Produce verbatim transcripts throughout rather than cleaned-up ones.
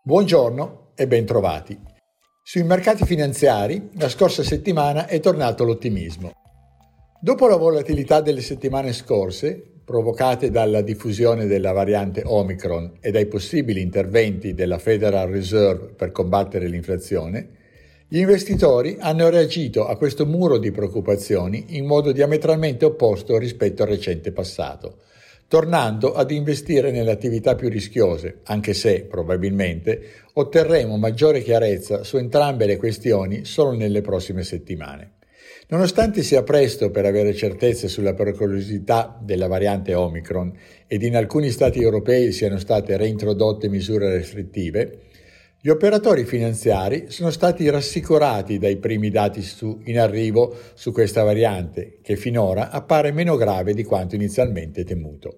Buongiorno e bentrovati. Sui mercati finanziari la scorsa settimana è tornato l'ottimismo. Dopo la volatilità delle settimane scorse, provocate dalla diffusione della variante Omicron e dai possibili interventi della Federal Reserve per combattere l'inflazione, gli investitori hanno reagito a questo muro di preoccupazioni in modo diametralmente opposto rispetto al recente passato, tornando ad investire nelle attività più rischiose, anche se, probabilmente, otterremo maggiore chiarezza su entrambe le questioni solo nelle prossime settimane. Nonostante sia presto per avere certezze sulla pericolosità della variante Omicron ed in alcuni stati europei siano state reintrodotte misure restrittive, gli operatori finanziari sono stati rassicurati dai primi dati su, in arrivo su questa variante, che finora appare meno grave di quanto inizialmente temuto.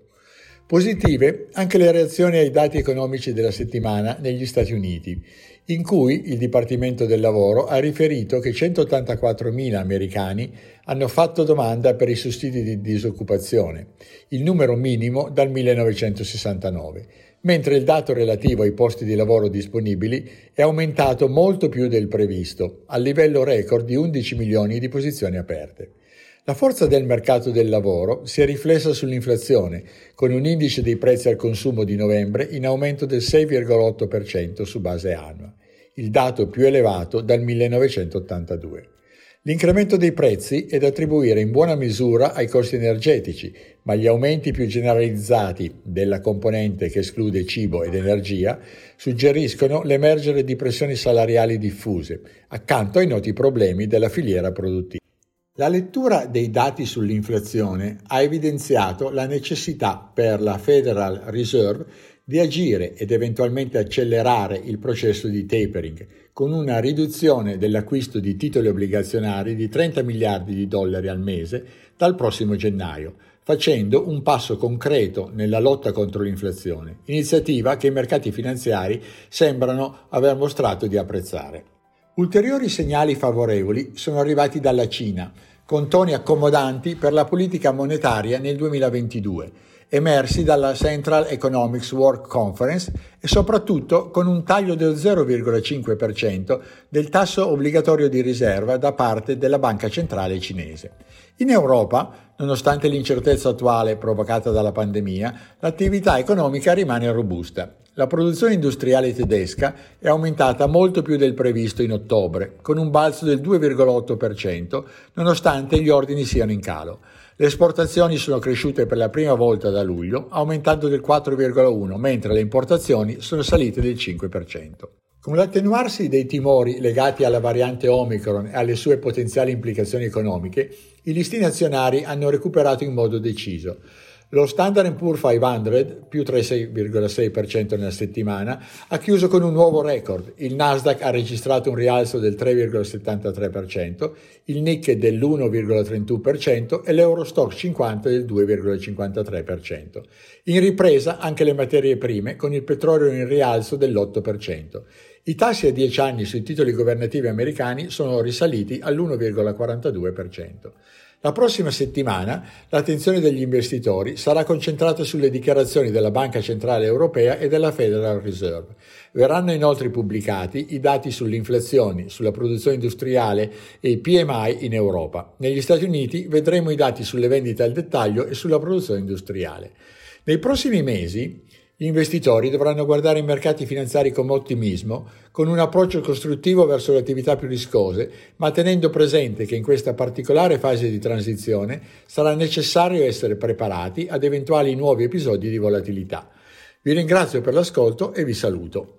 Positive anche le reazioni ai dati economici della settimana negli Stati Uniti, in cui il Dipartimento del Lavoro ha riferito che centottantaquattromila americani hanno fatto domanda per i sussidi di disoccupazione, il numero minimo dal millenovecentosessantanove, mentre il dato relativo ai posti di lavoro disponibili è aumentato molto più del previsto, al livello record di undici milioni di posizioni aperte. La forza del mercato del lavoro si è riflessa sull'inflazione, con un indice dei prezzi al consumo di novembre in aumento del sei virgola otto per cento su base annua, il dato più elevato dal millenovecentottantadue. L'incremento dei prezzi è da attribuire in buona misura ai costi energetici, ma gli aumenti più generalizzati della componente che esclude cibo ed energia suggeriscono l'emergere di pressioni salariali diffuse, accanto ai noti problemi della filiera produttiva. La lettura dei dati sull'inflazione ha evidenziato la necessità per la Federal Reserve di agire ed eventualmente accelerare il processo di tapering, con una riduzione dell'acquisto di titoli obbligazionari di trenta miliardi di dollari al mese dal prossimo gennaio, facendo un passo concreto nella lotta contro l'inflazione, iniziativa che i mercati finanziari sembrano aver mostrato di apprezzare. Ulteriori segnali favorevoli sono arrivati dalla Cina, con toni accomodanti per la politica monetaria nel duemilaventidue, emersi dalla Central Economics Work Conference e soprattutto con un taglio del zero virgola cinque per cento del tasso obbligatorio di riserva da parte della Banca Centrale cinese. In Europa, nonostante l'incertezza attuale provocata dalla pandemia, l'attività economica rimane robusta. La produzione industriale tedesca è aumentata molto più del previsto in ottobre, con un balzo del due virgola otto per cento, nonostante gli ordini siano in calo. Le esportazioni sono cresciute per la prima volta da luglio, aumentando del quattro virgola uno per cento, mentre le importazioni sono salite del cinque per cento. Con l'attenuarsi dei timori legati alla variante Omicron e alle sue potenziali implicazioni economiche, i listini azionari hanno recuperato in modo deciso. Lo Standard and Poor's cinquecento, più tre virgola sei per cento nella settimana, ha chiuso con un nuovo record. Il Nasdaq ha registrato un rialzo del tre virgola settantatré per cento, il Nikkei dell'uno virgola trentuno per cento e l'Eurostoxx cinquanta del due virgola cinquantatré per cento. In ripresa anche le materie prime, con il petrolio in rialzo dell'otto per cento. I tassi a dieci anni sui titoli governativi americani sono risaliti all'uno virgola quarantadue per cento. La prossima settimana l'attenzione degli investitori sarà concentrata sulle dichiarazioni della Banca Centrale Europea e della Federal Reserve. Verranno inoltre pubblicati i dati sull'inflazione, sulla produzione industriale e i P M I in Europa. Negli Stati Uniti vedremo i dati sulle vendite al dettaglio e sulla produzione industriale. Nei prossimi mesi gli investitori dovranno guardare i mercati finanziari con ottimismo, con un approccio costruttivo verso le attività più riscose, ma tenendo presente che in questa particolare fase di transizione sarà necessario essere preparati ad eventuali nuovi episodi di volatilità. Vi ringrazio per l'ascolto e vi saluto.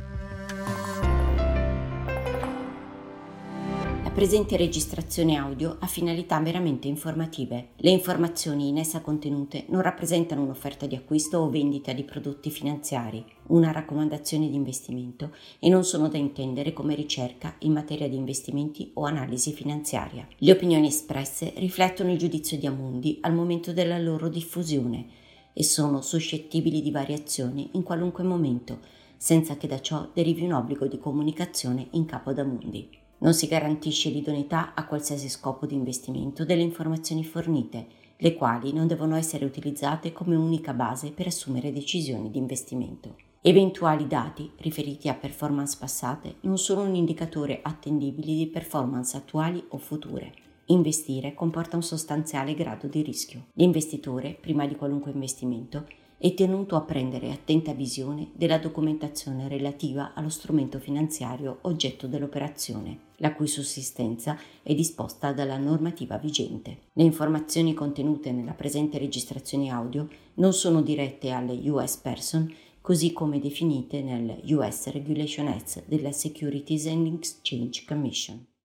La presente registrazione audio ha finalità meramente informative. Le informazioni in essa contenute non rappresentano un'offerta di acquisto o vendita di prodotti finanziari, una raccomandazione di investimento e non sono da intendere come ricerca in materia di investimenti o analisi finanziaria. Le opinioni espresse riflettono il giudizio di Amundi al momento della loro diffusione e sono suscettibili di variazioni in qualunque momento, senza che da ciò derivi un obbligo di comunicazione in capo ad Amundi. Non si garantisce l'idoneità a qualsiasi scopo di investimento delle informazioni fornite, le quali non devono essere utilizzate come unica base per assumere decisioni di investimento. Eventuali dati riferiti a performance passate non sono un indicatore attendibile di performance attuali o future. Investire comporta un sostanziale grado di rischio. L'investitore, prima di qualunque investimento, è tenuto a prendere attenta visione della documentazione relativa allo strumento finanziario oggetto dell'operazione, la cui sussistenza è disposta dalla normativa vigente. Le informazioni contenute nella presente registrazione audio non sono dirette alle U S Person, così come definite nel U S Regulation Act della Securities and Exchange Commission.